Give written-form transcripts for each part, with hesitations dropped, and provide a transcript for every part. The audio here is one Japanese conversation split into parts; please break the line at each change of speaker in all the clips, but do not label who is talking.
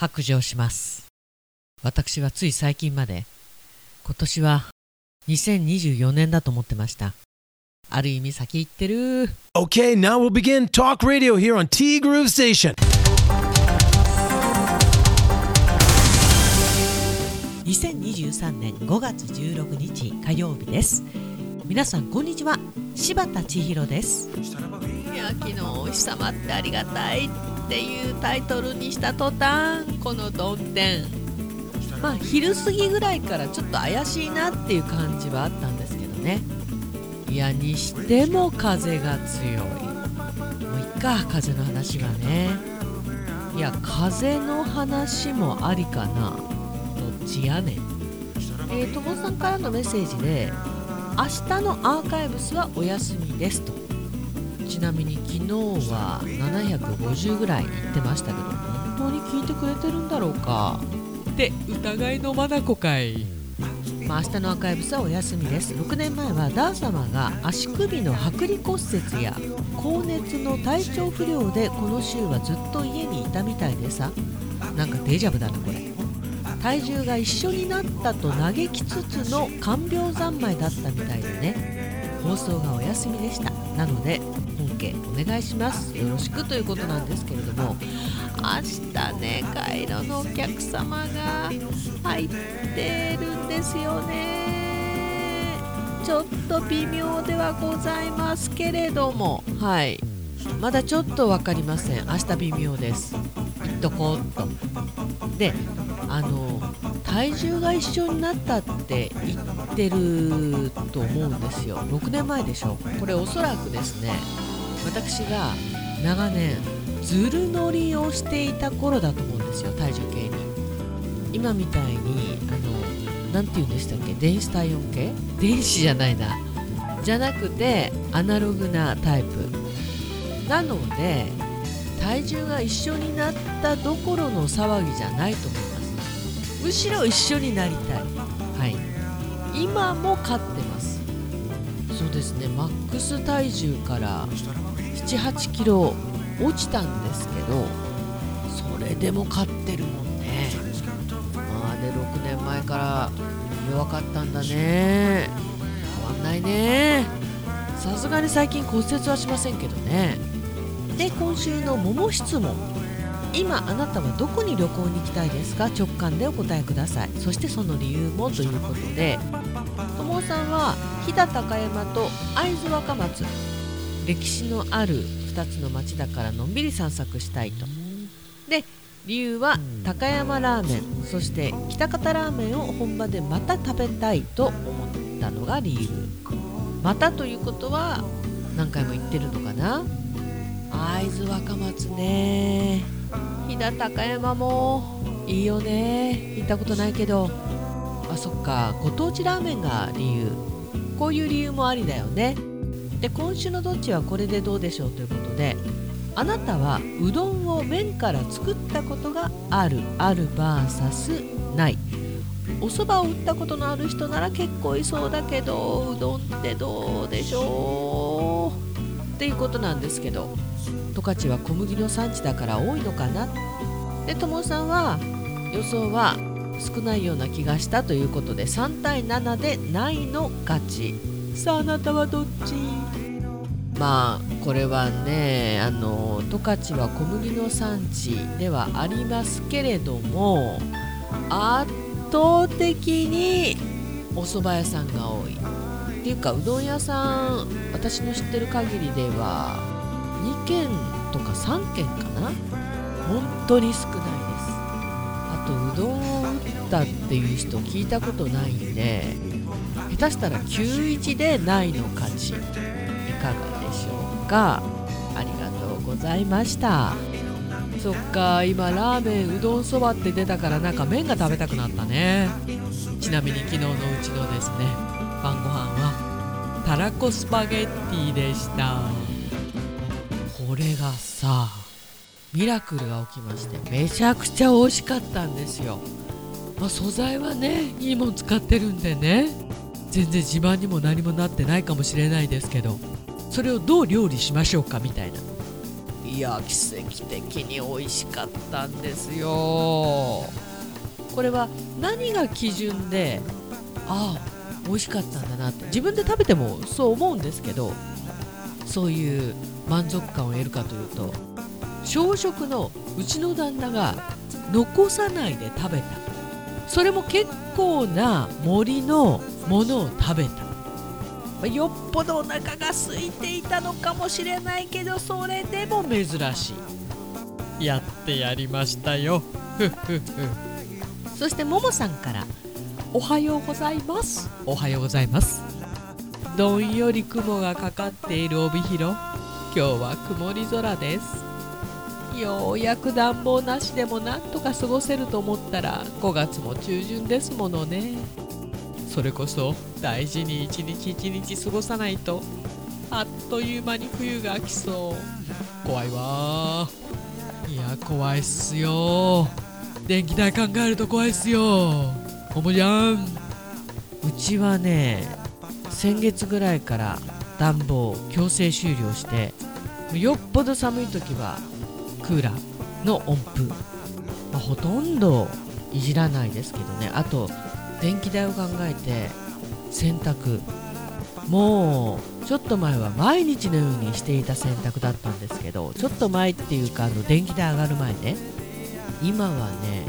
白状します。私はつい最近まで今年は2024年だと思ってました。ある意味先行ってる。
Okay, now we'll begin Talk Radio here on T Groove Station.
2023年5月16日火曜日です。皆さんこんにちは、柴田千尋です。いや、昨日お日様ってありがたいっていうタイトルにした途端、この曇天、昼過ぎぐらいからちょっと怪しいなっていう感じはあったんですけどね。いや、にしても風が強い。もういっか、風の話はね。いや、風の話もありかな。どっちやねん。ともさんからのメッセージで、明日のアーカイブスはお休みですと。ちなみに昨日は750ぐらい行ってましたけど、本当に聞いてくれてるんだろうかって疑いの眼かい。明日のアーカイブスはお休みです。6年前はダー様が足首の剥離骨折や高熱の体調不良でこの週はずっと家にいたみたいでさ、なんかデジャブだなこれ。体重が一緒になったと嘆きつつの看病三昧だったみたいでね、放送がお休みでした。なので本家お願いします、よろしくということなんですけれども、明日ね、カイロのお客様が入ってるんですよね。ちょっと微妙ではございますけれども、はい、まだちょっと分かりません。明日微妙です。言っとこうっと。で、体重が一緒になったって言ってると思うんですよ。6年前でしょ。これおそらくですね、私が長年ずる乗りをしていた頃だと思うんですよ、体重計に。今みたいになんて言うんでしたっけ、電子体温計、電子じゃないな、じゃなくてアナログなタイプなので、体重が一緒になったどころの騒ぎじゃないと思います。むしろ一緒になりたい。はい、今も勝ってます。そうですね、マックス体重から7、8キロ落ちたんですけど、それでも勝ってるもんね。で6年前から弱かったんだね。変わんないね。さすがに最近骨折はしませんけどね。で、今週の桃質問。今あなたはどこに旅行に行きたいですか？直感でお答えください。そしてその理由もということで、友さんは飛騨高山と会津若松、歴史のある2つの町だからのんびり散策したいと。で、理由は高山ラーメン、そして喜多方ラーメンを本場でまた食べたいと思ったのが理由。またということは何回も行ってるのかな。会津若松ね、飛騨高山もいいよね。行ったことないけど、そっか、ご当地ラーメンが理由。こういう理由もありだよね。で、今週のどっちはこれでどうでしょうということで、あなたはうどんを麺から作ったことがある vs ない。お蕎麦を打ったことのある人なら結構いそうだけど、うどんってどうでしょうっていうことなんですけど、十勝は小麦の産地だから多いのかな。で、友さんは予想は少ないような気がしたということで、3対7でないの勝ち。さあ、あなたはどっち？これはね、十勝は小麦の産地ではありますけれども、圧倒的にお蕎麦屋さんが多いっていうか、うどん屋さん、私の知ってる限りでは2軒とか3軒かな。本当に少ないです。あとうどんを打ったっていう人聞いたことないんで、下手したら91でないの勝ち。いかがでしょうか。ありがとうございました。そっか、今ラーメン、うどん、そばって出たから、なんか麺が食べたくなったね。ちなみに昨日のうちのですね、晩ご飯はたらこスパゲッティでした。これがさ、ミラクルが起きまして、めちゃくちゃ美味しかったんですよ。素材はね、いいもん使ってるんでね、全然自慢にも何もなってないかもしれないですけど、それをどう料理しましょうかみたいな。いや、奇跡的に美味しかったんですよ。 これは何が基準で美味しかったんだなって自分で食べてもそう思うんですけど、そういう満足感を得るかというと、小食のうちの旦那が残さないで食べた、それも結構な盛りのものを食べた。よっぽどお腹が空いていたのかもしれないけど、それでも珍しい。やってやりましたよ。そしてももさんからおはようございます。おはようございます。どんより雲がかかっている帯広、今日は曇り空です。ようやく暖房なしでもなんとか過ごせると思ったら5月も中旬ですものね。それこそ大事に一日一日過ごさないとあっという間に冬が来そう。怖いわ。いや怖いっすよ。電気代考えると怖いっすよ。ももちゃん、うちはね先月ぐらいから暖房強制終了して、よっぽど寒い時はクーラーの温風、ほとんどいじらないですけどね。あと電気代を考えて洗濯、もうちょっと前は毎日のようにしていた洗濯だったんですけど、ちょっと前っていうか電気代上がる前ね、今はね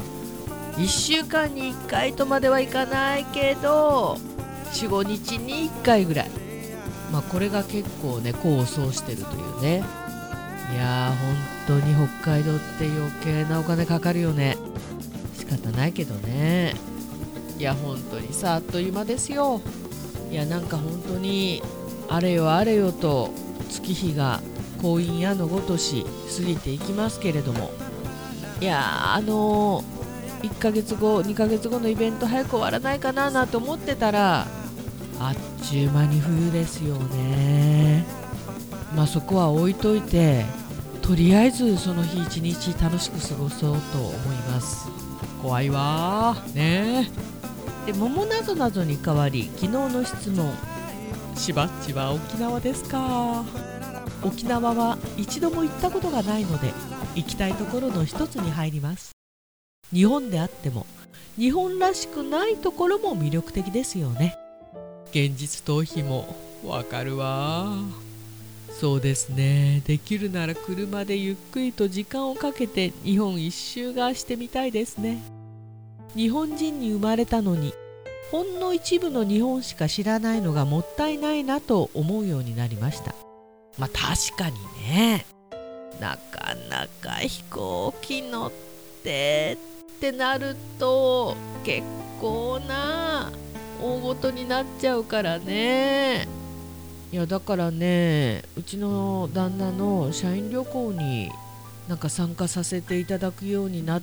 1週間に1回とまではいかないけど 4,5 日に1回ぐらい、これが結構ね功を奏してるというね。いやー本当に北海道って余計なお金かかるよね。仕方ないけどね。いや本当にさあっという間ですよ。いやなんか本当にあれよあれよと月日が光陰矢のごとし過ぎていきますけれども、いや1ヶ月後2ヶ月後のイベント早く終わらないかななんて思ってたら、あっちゅう間に冬ですよね。そこは置いといて、とりあえずその日一日楽しく過ごそうと思います。怖いわね。で桃なぞなぞに代わり昨日の質問、しばっちは沖縄ですか。沖縄は一度も行ったことがないので行きたいところの一つに入ります。日本であっても日本らしくないところも魅力的ですよね。現実逃避もわかるわ。そうですね、できるなら車でゆっくりと時間をかけて日本一周がしてみたいですね。日本人に生まれたのにほんの一部の日本しか知らないのがもったいないなと思うようになりました。確かにね、なかなか飛行機乗ってってなると結構な大ごとになっちゃうからね。いやだからね、うちの旦那の社員旅行に参加させていただくようになって、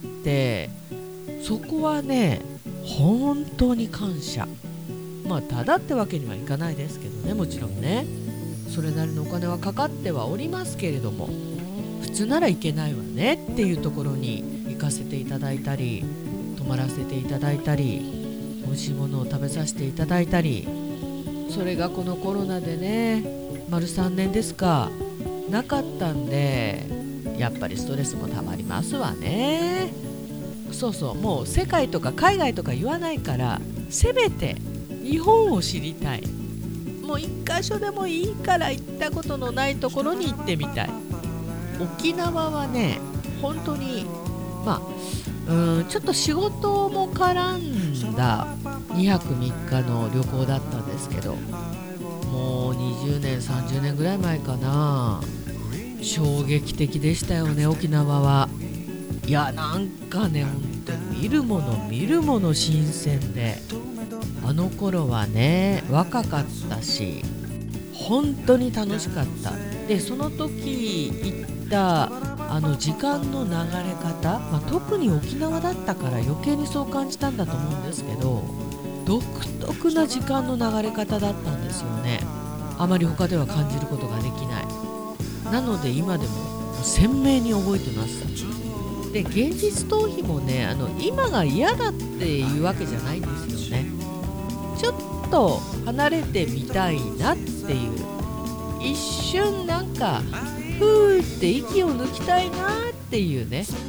そこはね本当に感謝。ただってわけにはいかないですけどね、もちろんねそれなりのお金はかかってはおりますけれども、普通なら行けないわねっていうところに行かせていただいたり、泊まらせていただいたり、美味しいものを食べさせていただいたり、それがこのコロナでね丸3年ですかなかったんで、やっぱりストレスもたまりますわね。そうもう世界とか海外とか言わないから、せめて日本を知りたい。もう一箇所でもいいから行ったことのないところに行ってみたい。沖縄はね本当にちょっと仕事も絡んだ2泊3日の旅行だったんですけど、もう20年30年ぐらい前かな。衝撃的でしたよね沖縄は。いや本当に見るもの新鮮で、あの頃はね若かったし本当に楽しかった。でその時行った時間の流れ方、特に沖縄だったから余計にそう感じたんだと思うんですけど、独特な時間の流れ方だったんですよね。あまり他では感じることができない。なので今でも鮮明に覚えてます。で現実逃避もね今が嫌だっていうわけじゃないんですよね。ちょっと離れてみたいなっていう、一瞬ふーって息を抜きたいなっていうね、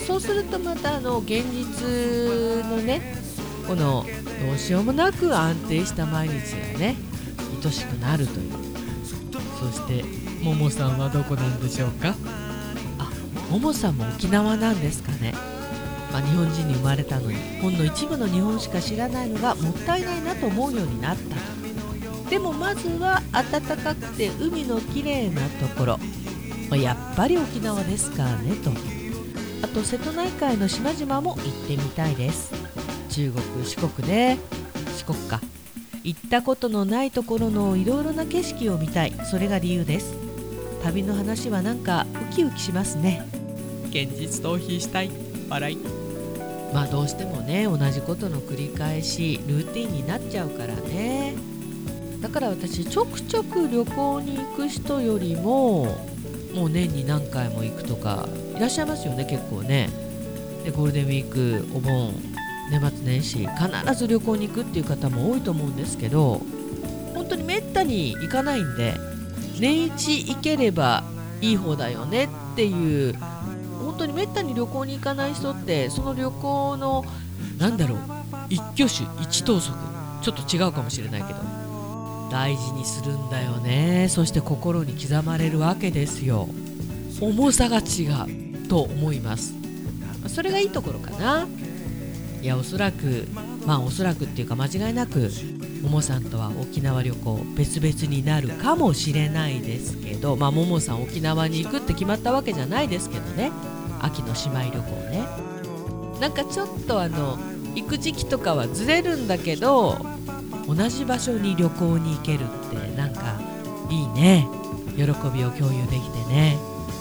そうするとまた現実のねこのどうしようもなく安定した毎日がね愛しくなるという。そしてももさんはどこなんでしょうか。ももさんも沖縄なんですかね。日本人に生まれたのにほんの一部の日本しか知らないのがもったいないなと思うようになったと。でもまずは暖かくて海のきれいなところ、やっぱり沖縄ですからねと。あと瀬戸内海の島々も行ってみたいです。中国、四国ね。四国か。行ったことのないところのいろいろな景色を見たい。それが理由です。旅の話はなんかウキウキしますね。現実逃避したい。笑い。どうしてもね同じことの繰り返しルーティンになっちゃうからね。だから私ちょくちょく旅行に行く人よりももう年に何回も行くとかいらっしゃいますよね。結構ね。でゴールデンウィーク、お盆、年末年始必ず旅行に行くっていう方も多いと思うんですけど、本当にめったに行かないんで年一行ければいい方だよねっていう。本当にめったに旅行に行かない人ってその旅行の一挙手一投足ちょっと違うかもしれないけど大事にするんだよね。そして心に刻まれるわけですよ。重さが違うと思います。それがいいところかな。いやおそらくっていうか間違いなくももさんとは沖縄旅行別々になるかもしれないですけど、ももさん沖縄に行くって決まったわけじゃないですけどね。秋の姉妹旅行ね。ちょっと行く時期とかはずれるんだけど同じ場所に旅行に行けるっていいね。喜びを共有できてね。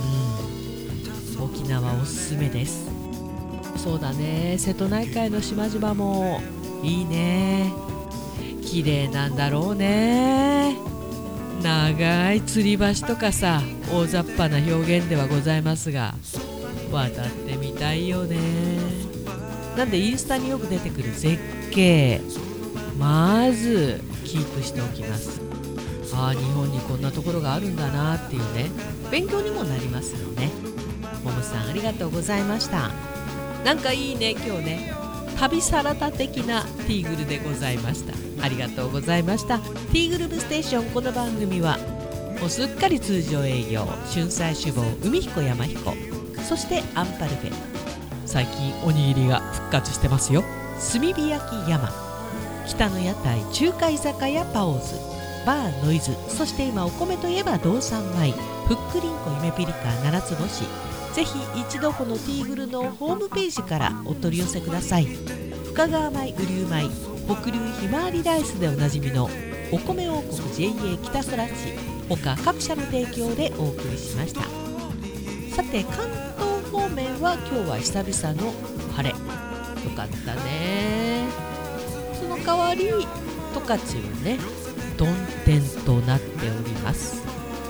沖縄おすすめです。そうだね。瀬戸内海の島々もいいね。綺麗なんだろうね。長い吊り橋とかさ大雑把な表現ではございますが渡ってみたいよね。なんでインスタによく出てくる絶景まずキープしておきます。日本にこんなところがあるんだなっていうね勉強にもなりますよね。ももさんありがとうございました。いいね今日ね。旅サラダ的なティーグルでございました。ありがとうございました。ティーグループステーション。この番組はもうすっかり通常営業春菜志望海彦山彦そしてアンパルフェ。最近おにぎりが復活してますよ。炭火焼き山、北の屋台中華居酒屋パオーズ、バーノイズ、そして今お米といえば道産米、ふっくりんこ夢ピリカ七つ星。ぜひ一度このティーグルのホームページからお取り寄せください。深川米、雨竜米、北流ひまわりライスでおなじみのお米王国 JA 北空地他各社の提供でお送りしました。さて関東方面は今日は久々の晴れ。よかったね。その代わり十勝はね曇天となっております。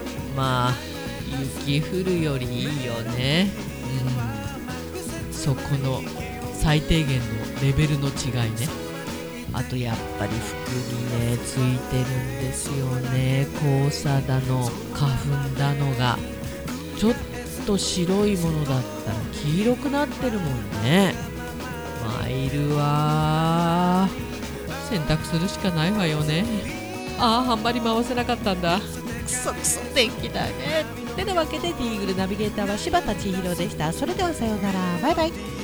雪降るよりいいよね。そこの最低限のレベルの違いね。あとやっぱり服にねついてるんですよね。黄砂だの花粉だのがちょっと白いものだったら黄色くなってるもんね。参るわ。洗濯するしかないわよね。あんまり回せなかったんだ。くそ天気だね。てなわけでティーグルナビゲーターは柴田千尋でした。それではさようなら。バイバイ。